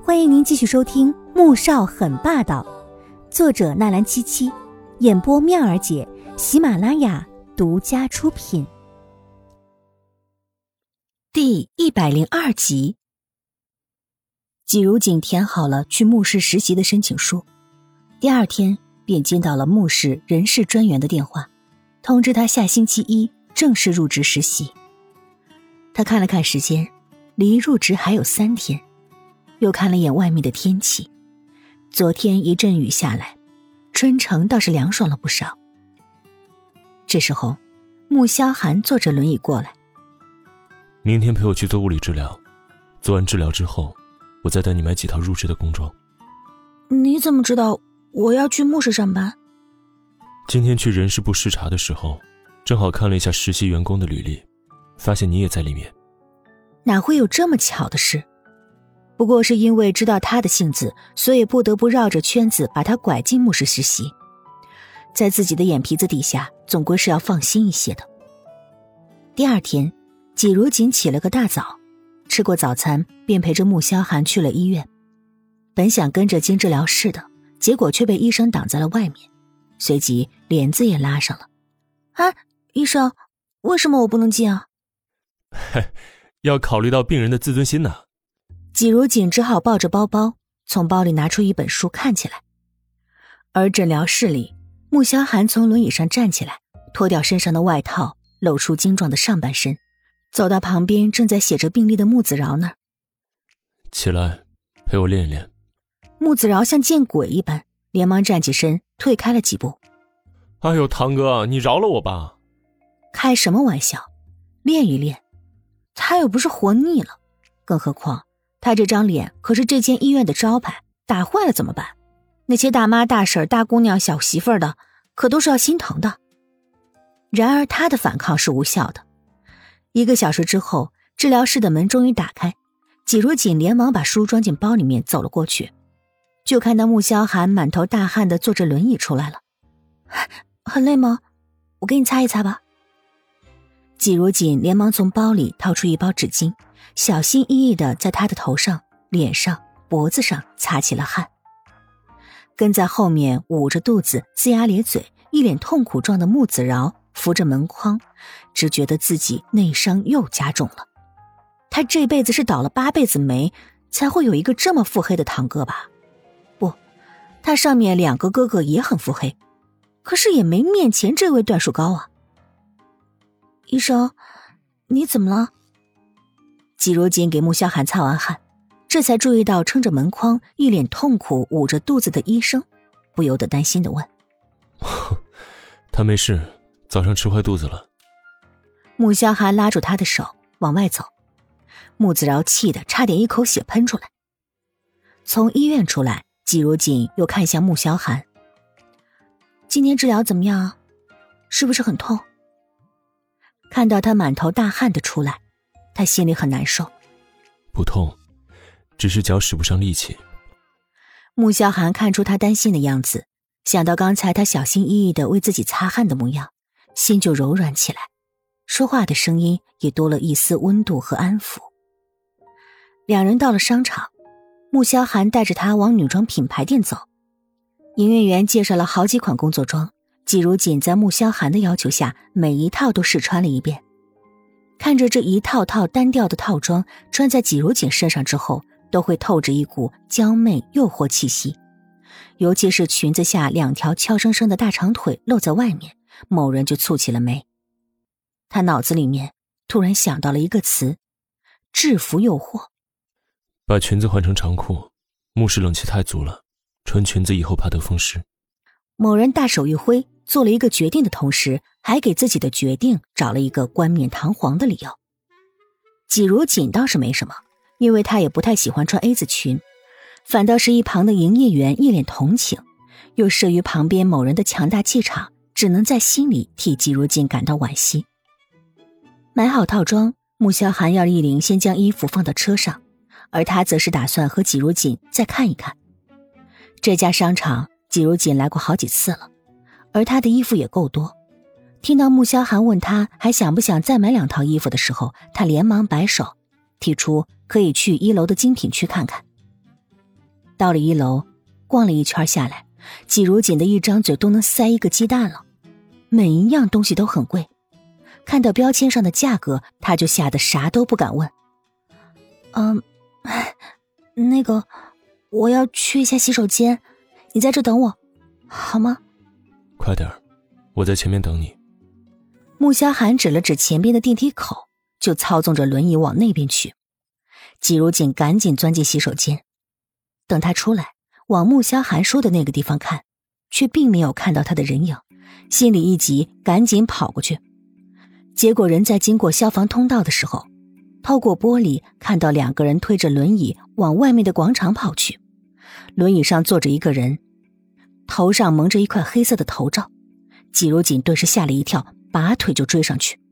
欢迎您继续收听《穆少很霸道》，作者纳兰七七，演播妙儿姐，喜马拉雅独家出品。第102集。季如锦填好了去穆氏实习的申请书，第二天便接到了穆氏人事专员的电话，通知他下星期一正式入职实习。他看了看时间，离入职还有3天，又看了眼外面的天气，昨天一阵雨下来，春城倒是凉爽了不少。这时候穆萧寒坐着轮椅过来， 明天陪我去做物理治疗，做完治疗之后我再带你买几套入职的工装。 你怎么知道我要去穆氏上班？ 今天去人事部视察的时候，正好看了一下实习员工的履历，发现你也在里面。 哪会有这么巧的事？不过是因为知道他的性子，所以不得不绕着圈子把他拐进穆氏实习，在自己的眼皮子底下总归是要放心一些的。第二天季如锦起了个大早，吃过早餐便陪着穆萧寒去了医院。本想跟着进治疗室的，结果却被医生挡在了外面，随即帘子也拉上了。 啊，医生，为什么我不能进啊？ 要考虑到病人的自尊心呢。 季如锦只好抱着包包，从包里拿出一本书看起来。而诊疗室里，穆萧寒从轮椅上站起来，脱掉身上的外套，露出精壮的上半身，走到旁边正在写着病历的穆子饶那儿。 起来，陪我练一练。 穆子饶像见鬼一般，连忙站起身，退开了几步。 哎呦，堂哥，你饶了我吧。 开什么玩笑，练一练，他又不是活腻了，更何况他这张脸可是这间医院的招牌，打坏了怎么办？那些大妈大婶大姑娘小媳妇儿的可都是要心疼的。然而他的反抗是无效的。1个小时之后，治疗室的门终于打开，季如锦连忙把书装进包里面走了过去，就看到穆萧寒满头大汗地坐着轮椅出来了。很累吗？我给你擦一擦吧。季如锦连忙从包里掏出一包纸巾，小心翼翼地在他的头上、脸上、脖子上擦起了汗。跟在后面捂着肚子、龇牙咧嘴、一脸痛苦状的穆子饶扶着门框，只觉得自己内伤又加重了。他这辈子是倒了8辈子霉，才会有一个这么腹黑的堂哥吧？不，他上面2个哥哥也很腹黑，可是也没面前这位段数高啊。医生，你怎么了？季如锦给穆萧寒擦完汗，这才注意到撑着门框、一脸痛苦、捂着肚子的医生，不由得担心地问： 他没事，早上吃坏肚子了。 穆萧寒拉住他的手往外走，穆子饶气得差点一口血喷出来。从医院出来，季如锦又看向穆萧寒：今天治疗怎么样啊？是不是很痛？看到他满头大汗的出来，他心里很难受。 不痛，只是脚使不上力气。 穆萧寒看出他担心的样子，想到刚才他小心翼翼地为自己擦汗的模样，心就柔软起来，说话的声音也多了一丝温度和安抚。两人到了商场，穆萧寒带着他往女装品牌店走。营业员介绍了好几款工作装，季如锦在穆萧寒的要求下，每一套都试穿了一遍。看着这一套套单调的套装穿在季如锦身上之后，都会透着一股娇媚诱惑气息，尤其是裙子下2条悄生生的大长腿露在外面，某人就蹙起了眉。他脑子里面突然想到了一个词：制服诱惑。 把裙子换成长裤，穆氏冷气太足了，穿裙子以后怕得风湿。 某人大手一挥，做了一个决定的同时，还给自己的决定找了一个冠冕堂皇的理由。季如锦倒是没什么，因为他也不太喜欢穿 A 字裙，反倒是一旁的营业员一脸同情，又慑于旁边某人的强大气场，只能在心里替季如锦感到惋惜。买好套装，穆萧寒要丽玲先将衣服放到车上，而他则是打算和季如锦再看一看。这家商场季如锦来过好几次了，而他的衣服也够多。听到穆萧寒问他还想不想再买2套衣服的时候，他连忙摆手，提出可以去1楼的精品区看看。 到了1楼，逛了一圈下来，季如锦的一张嘴都能塞1个鸡蛋了。每一样东西都很贵，看到标签上的价格，他就吓得啥都不敢问。 那个，我要去一下洗手间，你在这等我，好吗？ 快点儿，我在前面等你。 穆萧寒指了指前边的电梯口，就操纵着轮椅往那边去。季如锦赶紧钻进洗手间，等他出来，往穆萧寒说的那个地方看，却并没有看到他的人影，心里一急，赶紧跑过去。结果人在经过消防通道的时候，透过玻璃看到2个人推着轮椅往外面的广场跑去。轮椅上坐着一个人，头上蒙着一块黑色的头罩。季如锦顿时吓了一跳，拔腿就追上去。